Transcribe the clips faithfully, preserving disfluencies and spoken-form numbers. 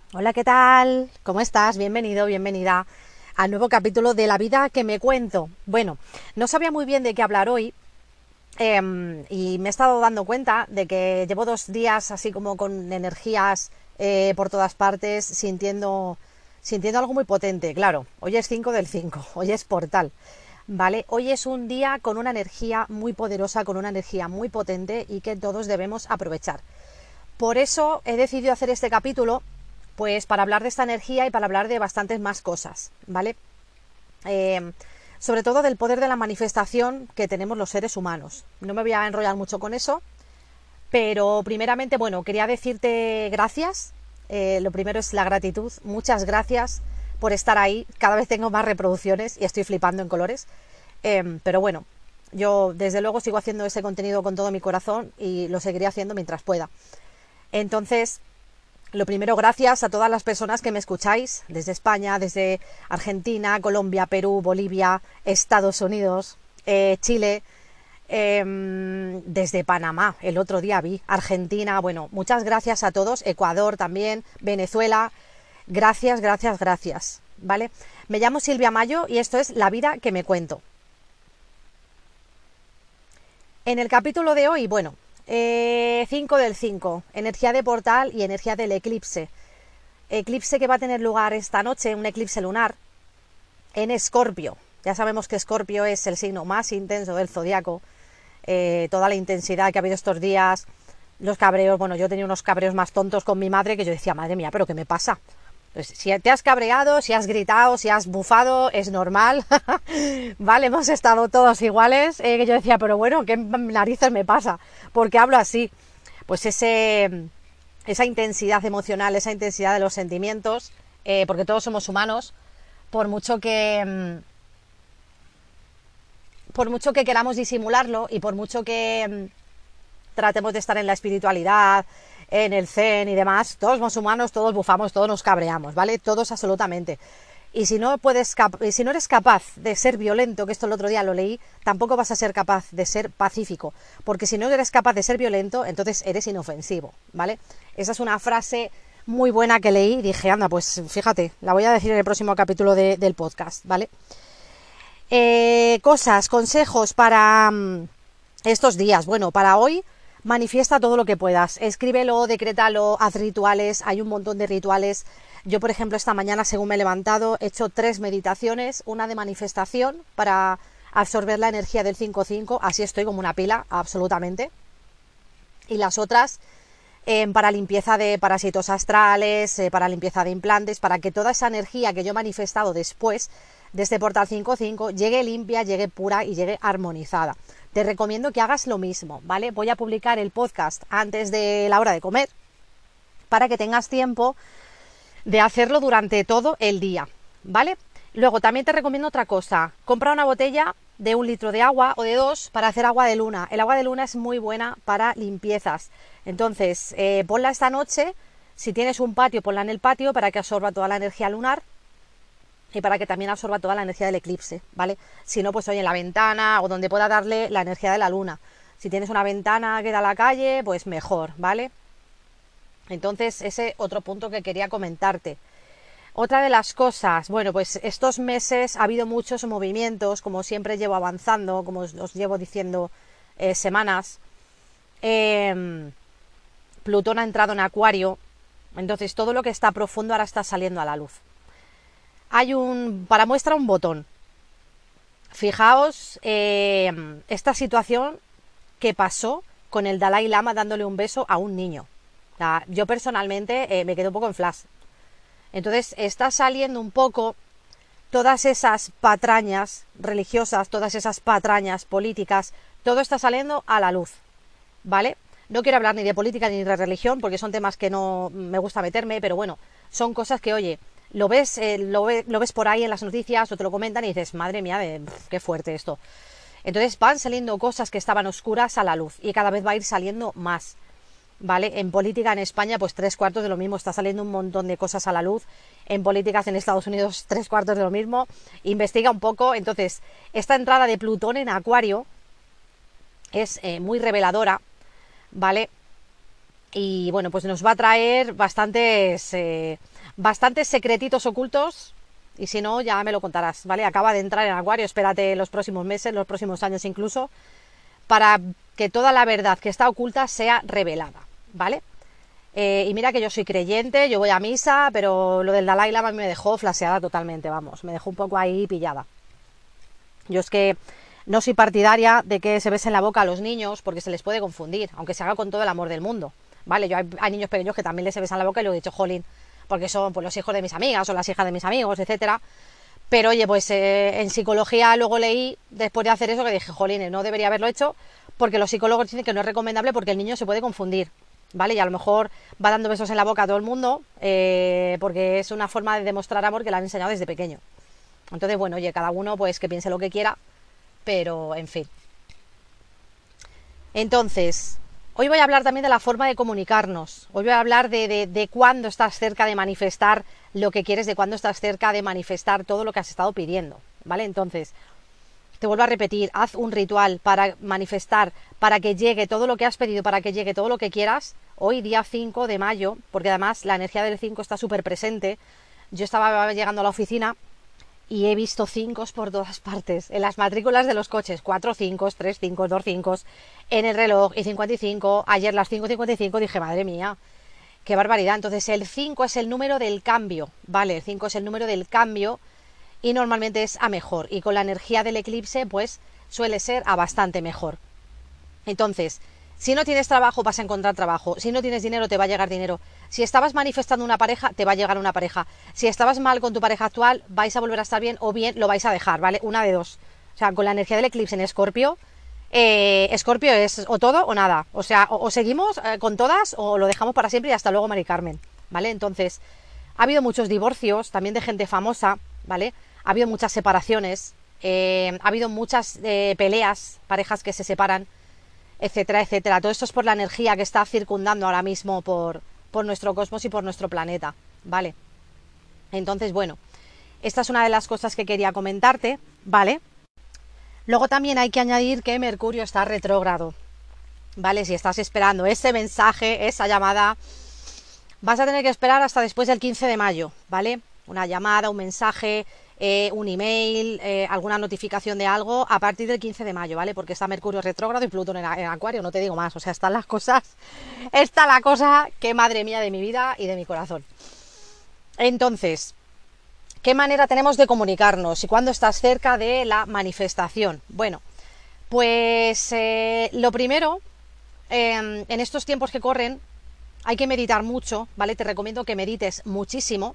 Hola, ¿qué tal? ¿Cómo estás? Bienvenido, bienvenida al nuevo capítulo de La vida que me cuento. Bueno, no sabía muy bien de qué hablar hoy, eh, y me he estado dando cuenta de que llevo dos días así como con energías eh, por todas partes, sintiendo, sintiendo algo muy potente. Claro, hoy es cinco del cinco, hoy es portal. Vale, hoy es un día con una energía muy poderosa, con una energía muy potente y que todos debemos aprovechar. Por eso he decidido hacer este capítulo, pues para hablar de esta energía y para hablar de bastantes más cosas, ¿vale? Eh, Sobre todo del poder de la manifestación que tenemos los seres humanos. No me voy a enrollar mucho con eso, pero primeramente, bueno, quería decirte gracias. Eh, lo primero es la gratitud. Muchas gracias por estar ahí. Cada vez tengo más reproducciones y estoy flipando en colores. Eh, pero bueno, yo desde luego sigo haciendo ese contenido con todo mi corazón y lo seguiré haciendo mientras pueda. Entonces, lo primero, gracias a todas las personas que me escucháis desde España, desde Argentina, Colombia, Perú, Bolivia, Estados Unidos, eh, Chile, eh, desde Panamá, el otro día vi, Argentina, bueno, muchas gracias a todos, Ecuador también, Venezuela, gracias, gracias, gracias, ¿vale? Me llamo Silvia Mayo y esto es La vida que me cuento. En el capítulo de hoy, bueno, eh, cinco del cinco, energía de portal y energía del eclipse. Eclipse que va a tener lugar esta noche, un eclipse lunar en Escorpio. Ya sabemos que Escorpio es el signo más intenso del zodiaco. Eh, toda la intensidad que ha habido estos días, los cabreos, bueno, yo tenía unos cabreos más tontos con mi madre que yo decía, madre mía, pero ¿qué me pasa? Pues si te has cabreado, si has gritado, si has bufado, es normal. Vale, hemos estado todos iguales. Eh, que yo decía, pero bueno, ¿qué narices me pasa? Porque hablo así. Pues ese, esa intensidad emocional, esa intensidad de los sentimientos, eh, porque todos somos humanos, por mucho que por mucho que queramos disimularlo y por mucho que tratemos de estar en la espiritualidad, en el zen y demás, todos somos humanos, todos bufamos, todos nos cabreamos, ¿vale? Todos absolutamente. Y si no puedes, si no eres capaz de ser violento, que esto el otro día lo leí, tampoco vas a ser capaz de ser pacífico, porque si no eres capaz de ser violento, entonces eres inofensivo, ¿vale? Esa es una frase muy buena que leí y dije, anda, pues fíjate, la voy a decir en el próximo capítulo de, del podcast, ¿vale? Eh, cosas, consejos para um, estos días. Bueno, para hoy, manifiesta todo lo que puedas. Escríbelo, decrétalo, haz rituales. Hay un montón de rituales. Yo, por ejemplo, esta mañana, según me he levantado, he hecho tres meditaciones. Una de manifestación para absorber la energía del cinco cinco. Así estoy como una pila, absolutamente. Y las otras eh, para limpieza de parásitos astrales, eh, para limpieza de implantes, para que toda esa energía que yo he manifestado después de este portal cinco cinco llegue limpia, llegue pura y llegue armonizada. Te recomiendo que hagas lo mismo, ¿vale? Voy a publicar el podcast antes de la hora de comer para que tengas tiempo de hacerlo durante todo el día, ¿vale? Luego también te recomiendo otra cosa, compra una botella de un litro de agua o de dos para hacer agua de luna. El agua de luna es muy buena para limpiezas, entonces eh, ponla esta noche. Si tienes un patio, ponla en el patio para que absorba toda la energía lunar y para que también absorba toda la energía del eclipse, ¿vale? Si no, pues oye, en la ventana o donde pueda darle la energía de la luna. Si tienes una ventana que da a la calle, pues mejor, ¿vale? Entonces, ese otro punto que quería comentarte. Otra de las cosas, bueno, pues estos meses ha habido muchos movimientos, como siempre llevo avanzando, como os, os llevo diciendo eh, semanas. Eh, Plutón ha entrado en Acuario, entonces todo lo que está profundo ahora está saliendo a la luz. Hay un, para muestra, un botón. Fijaos eh, esta situación que pasó con el Dalai Lama dándole un beso a un niño. O sea, yo personalmente eh, me quedé un poco en flash. Entonces está saliendo un poco todas esas patrañas religiosas, todas esas patrañas políticas, todo está saliendo a la luz, ¿vale? No quiero hablar ni de política ni de religión porque son temas que no me gusta meterme, pero bueno, son cosas que, oye, lo ves, eh, lo, ve, lo ves por ahí en las noticias o te lo comentan y dices, madre mía, de, pff, qué fuerte esto. Entonces van saliendo cosas que estaban oscuras a la luz y cada vez va a ir saliendo más. ¿Vale? En política en España, pues tres cuartos de lo mismo, está saliendo un montón de cosas a la luz. En políticas en Estados Unidos, tres cuartos de lo mismo. Investiga un poco. Entonces, esta entrada de Plutón en Acuario es eh, muy reveladora, ¿vale? Y bueno, pues nos va a traer bastantes, eh, bastantes secretitos ocultos, y si no, ya me lo contarás, ¿vale? Acaba de entrar en Acuario, espérate los próximos meses, los próximos años incluso, para que toda la verdad que está oculta sea revelada, ¿vale? Eh, y mira que yo soy creyente, yo voy a misa, pero lo del Dalai Lama me dejó flaseada totalmente, vamos, me dejó un poco ahí pillada. Yo es que no soy partidaria de que se besen la boca a los niños porque se les puede confundir, aunque se haga con todo el amor del mundo, ¿vale? Yo hay, hay niños pequeños que también les se besan la boca y lo he dicho, jolín, porque son pues, los hijos de mis amigas o las hijas de mis amigos, etcétera. Pero oye, pues eh, en psicología luego leí, después de hacer eso, que dije, jolín, no debería haberlo hecho, porque los psicólogos dicen que no es recomendable porque el niño se puede confundir, ¿vale? Y a lo mejor va dando besos en la boca a todo el mundo, eh, porque es una forma de demostrar amor que le han enseñado desde pequeño. Entonces, bueno, oye, cada uno pues que piense lo que quiera, pero en fin. Entonces, hoy voy a hablar también de la forma de comunicarnos. Hoy voy a hablar de, de, de cuándo estás cerca de manifestar lo que quieres, de cuándo estás cerca de manifestar todo lo que has estado pidiendo, ¿vale? Entonces, te vuelvo a repetir, haz un ritual para manifestar, para que llegue todo lo que has pedido, para que llegue todo lo que quieras, hoy día cinco de mayo, porque además la energía del cinco está súper presente. Yo estaba llegando a la oficina y he visto cinco por todas partes, en las matrículas de los coches, cuatro cinco, tres cinco, dos cinco, en el reloj y cincuenta y cinco, ayer las cinco cincuenta y cinco dije, madre mía, qué barbaridad. Entonces el cinco es el número del cambio, ¿vale? El cinco es el número del cambio y normalmente es a mejor, y con la energía del eclipse pues suele ser a bastante mejor. Entonces, si no tienes trabajo vas a encontrar trabajo, si no tienes dinero te va a llegar dinero, si estabas manifestando una pareja te va a llegar una pareja, si estabas mal con tu pareja actual vais a volver a estar bien o bien lo vais a dejar, ¿vale? Una de dos. O sea, con la energía del eclipse en Escorpio, eh, Escorpio es o todo o nada, o sea, o, o seguimos eh, con todas o lo dejamos para siempre y hasta luego, Mari Carmen, ¿vale? Entonces, ha habido muchos divorcios, también de gente famosa, ¿vale? Ha habido muchas separaciones, eh, ha habido muchas eh, peleas, parejas que se separan, etcétera, etcétera. Todo esto es por la energía que está circundando ahora mismo por, por nuestro cosmos y por nuestro planeta, ¿vale? Entonces, bueno, esta es una de las cosas que quería comentarte, ¿vale? Luego también hay que añadir que Mercurio está retrógrado, ¿vale? Si estás esperando ese mensaje, esa llamada, vas a tener que esperar hasta después del quince de mayo, ¿vale? Una llamada, un mensaje, eh, un email, eh, alguna notificación de algo a partir del quince de mayo, ¿vale? Porque está Mercurio retrógrado y Plutón en, en Acuario, no te digo más, o sea, están las cosas, está la cosa que madre mía de mi vida y de mi corazón. Entonces, ¿qué manera tenemos de comunicarnos y cuándo estás cerca de la manifestación? Bueno, pues eh, lo primero, eh, en estos tiempos que corren, hay que meditar mucho, ¿vale? Te recomiendo que medites muchísimo,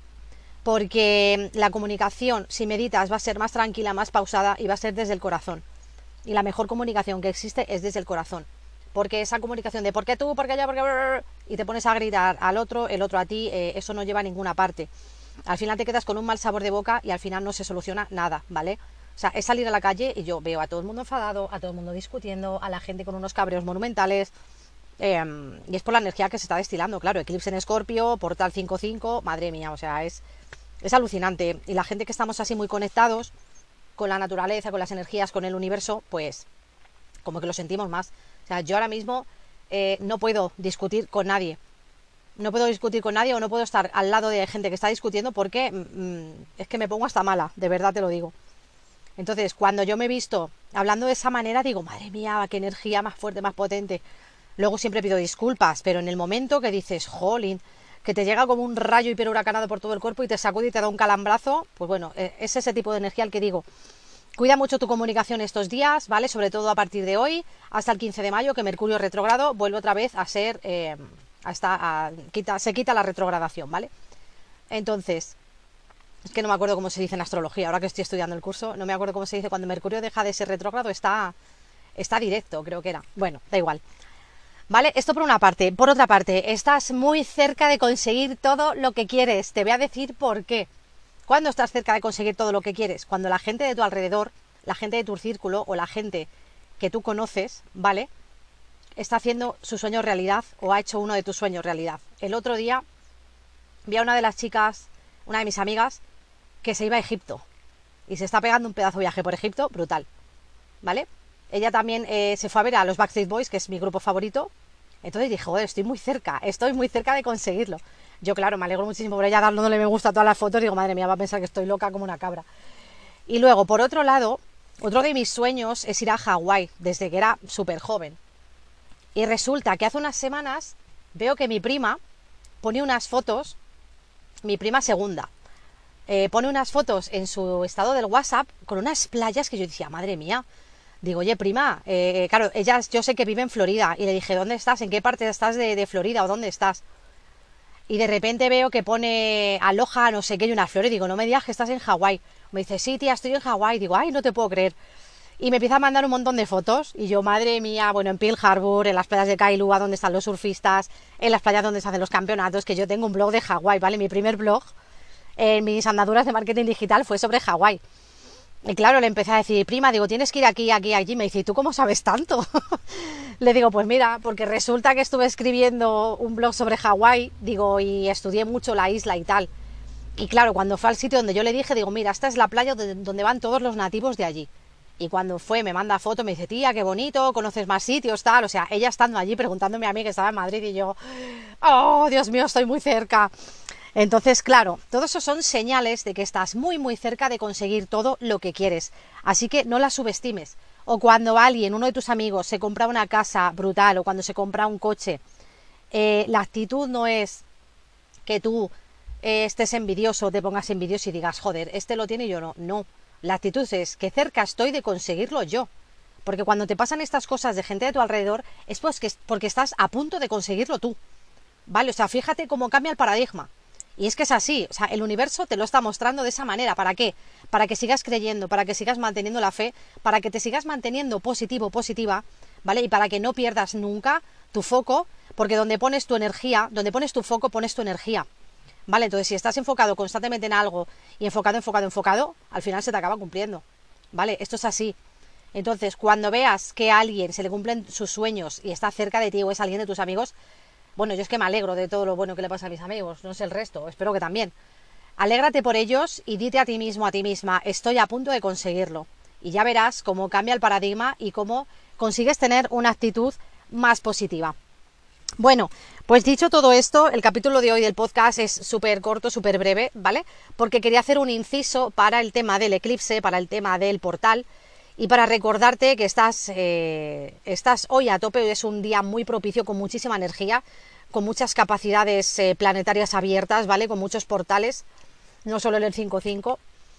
porque la comunicación, si meditas, va a ser más tranquila, más pausada y va a ser desde el corazón. Y la mejor comunicación que existe es desde el corazón. Porque esa comunicación de ¿por qué tú? ¿Por qué yo? ¿Por qué? Y te pones a gritar al otro, el otro a ti, eh, eso no lleva a ninguna parte. Al final te quedas con un mal sabor de boca y al final no se soluciona nada, ¿vale? O sea, es salir a la calle y yo veo a todo el mundo enfadado, a todo el mundo discutiendo, a la gente con unos cabreos monumentales. Eh, y es por la energía que se está destilando, claro, eclipse en Escorpio, portal cinco cinco, madre mía, o sea, es, es alucinante. Y la gente que estamos así muy conectados con la naturaleza, con las energías, con el universo, pues como que lo sentimos más. O sea, yo ahora mismo eh, no puedo discutir con nadie, no puedo discutir con nadie o no puedo estar al lado de gente que está discutiendo porque mmm, es que me pongo hasta mala, de verdad te lo digo. Entonces, cuando yo me he visto hablando de esa manera, digo, madre mía, qué energía más fuerte, más potente. Luego siempre pido disculpas, pero en el momento que dices, jolín, que te llega como un rayo hiperhuracanado por todo el cuerpo y te sacude y te da un calambrazo, pues bueno, es ese tipo de energía al que digo, cuida mucho tu comunicación estos días, ¿vale? Sobre todo a partir de hoy, hasta el quince de mayo, que Mercurio retrógrado vuelve otra vez a ser, eh, hasta, a, quita, se quita la retrogradación, ¿vale? Entonces, es que no me acuerdo cómo se dice en astrología, ahora que estoy estudiando el curso, no me acuerdo cómo se dice cuando Mercurio deja de ser retrógrado, está, está directo, creo que era. Bueno, da igual. ¿Vale? Esto por una parte. Por otra parte, estás muy cerca de conseguir todo lo que quieres. Te voy a decir por qué. ¿Cuándo estás cerca de conseguir todo lo que quieres? Cuando la gente de tu alrededor, la gente de tu círculo o la gente que tú conoces, ¿vale? Está haciendo su sueño realidad o ha hecho uno de tus sueños realidad. El otro día vi a una de las chicas, una de mis amigas, que se iba a Egipto y se está pegando un pedazo de viaje por Egipto brutal, ¿vale? Ella también eh, se fue a ver a los Backstreet Boys, que es mi grupo favorito, Entonces dije, joder, estoy muy cerca, estoy muy cerca de conseguirlo. Yo, claro, me alegro muchísimo por ella dándole me gusta a todas las fotos. Digo, madre mía, va a pensar que estoy loca como una cabra. Y luego, por otro lado, otro de mis sueños es ir a Hawái, desde que era súper joven. Y resulta que hace unas semanas veo que mi prima pone unas fotos, mi prima segunda, eh, pone unas fotos en su estado del WhatsApp con unas playas que yo decía, madre mía. Digo, oye, prima, eh, claro, ella yo sé que vive en Florida. Y le dije, ¿dónde estás? ¿En qué parte estás de, de Florida o dónde estás? Y de repente veo que pone aloha, no sé qué, y unas flores. Digo, no me digas que estás en Hawái. Me dice, sí, tía, estoy en Hawái. Digo, ay, no te puedo creer. Y me empieza a mandar un montón de fotos. Y yo, madre mía, bueno, en Pearl Harbor, en las playas de Kailua, donde están los surfistas, en las playas donde se hacen los campeonatos, que yo tengo un blog de Hawái, ¿vale? Mi primer blog, en mis andaduras de marketing digital, fue sobre Hawái. Y claro, le empecé a decir, prima, digo, tienes que ir aquí, aquí, allí. Me dice, ¿y tú cómo sabes tanto? Le digo, pues mira, porque resulta que estuve escribiendo un blog sobre Hawái, digo, y estudié mucho la isla y tal. Y claro, cuando fue al sitio donde yo le dije, digo, mira, esta es la playa donde van todos los nativos de allí. Y cuando fue, me manda foto, me dice, tía, qué bonito, conoces más sitios, tal. O sea, ella estando allí preguntándome a mí que estaba en Madrid y yo, oh, Dios mío, estoy muy cerca. Entonces, claro, todo eso son señales de que estás muy, muy cerca de conseguir todo lo que quieres. Así que no las subestimes. O cuando alguien, uno de tus amigos, se compra una casa brutal o cuando se compra un coche, eh, la actitud no es que tú eh, estés envidioso, te pongas envidioso y digas, joder, este lo tiene y yo no. No, la actitud es que cerca estoy de conseguirlo yo. Porque cuando te pasan estas cosas de gente de tu alrededor es pues que, porque estás a punto de conseguirlo tú. ¿Vale? O sea, fíjate cómo cambia el paradigma. Y es que es así, o sea, el universo te lo está mostrando de esa manera. ¿Para qué? Para que sigas creyendo, para que sigas manteniendo la fe, para que te sigas manteniendo positivo, positiva, ¿vale? Y para que no pierdas nunca tu foco, porque donde pones tu energía, donde pones tu foco, pones tu energía, ¿vale? Entonces, si estás enfocado constantemente en algo y enfocado, enfocado, enfocado, al final se te acaba cumpliendo, ¿vale? Esto es así. Entonces, cuando veas que a alguien se le cumplen sus sueños y está cerca de ti o es alguien de tus amigos, bueno, yo es que me alegro de todo lo bueno que le pasa a mis amigos, no sé el resto, espero que también. Alégrate por ellos y dite a ti mismo, a ti misma, estoy a punto de conseguirlo. Y ya verás cómo cambia el paradigma y cómo consigues tener una actitud más positiva. Bueno, pues dicho todo esto, el capítulo de hoy del podcast es súper corto, súper breve, ¿vale? Porque quería hacer un inciso para el tema del eclipse, para el tema del portal y para recordarte que estás, eh, estás hoy a tope, hoy es un día muy propicio con muchísima energía, con muchas capacidades eh, planetarias abiertas, ¿vale? Con muchos portales, no solo en el cinco cinco,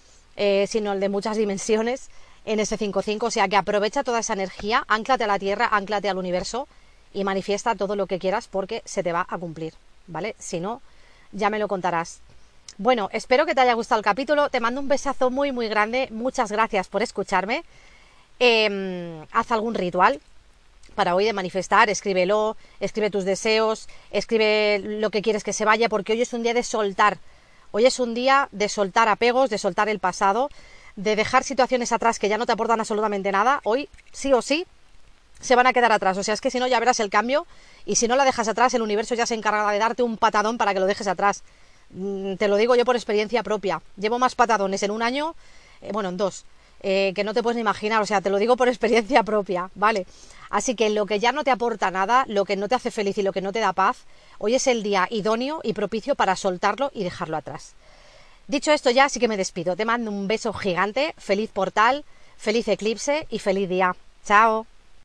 eh, sino el de muchas dimensiones en ese cinco cinco, o sea que aprovecha toda esa energía, ánclate a la Tierra, ánclate al universo y manifiesta todo lo que quieras porque se te va a cumplir, ¿vale? Si no, ya me lo contarás. Bueno, espero que te haya gustado el capítulo, te mando un besazo muy muy grande, muchas gracias por escucharme, eh, haz algún ritual para hoy de manifestar, escríbelo, escribe tus deseos, escribe lo que quieres que se vaya, porque hoy es un día de soltar, hoy es un día de soltar apegos, de soltar el pasado, de dejar situaciones atrás que ya no te aportan absolutamente nada, hoy sí o sí se van a quedar atrás, o sea, es que si no ya verás el cambio y si no la dejas atrás el universo ya se encargará de darte un patadón para que lo dejes atrás. Te lo digo yo por experiencia propia, llevo más patadones en un año, eh, bueno, en dos, eh, que no te puedes ni imaginar, o sea, te lo digo por experiencia propia, ¿vale? Así que lo que ya no te aporta nada, lo que no te hace feliz y lo que no te da paz, hoy es el día idóneo y propicio para soltarlo y dejarlo atrás. Dicho esto ya, sí que me despido, te mando un beso gigante, feliz portal, feliz eclipse y feliz día. Chao.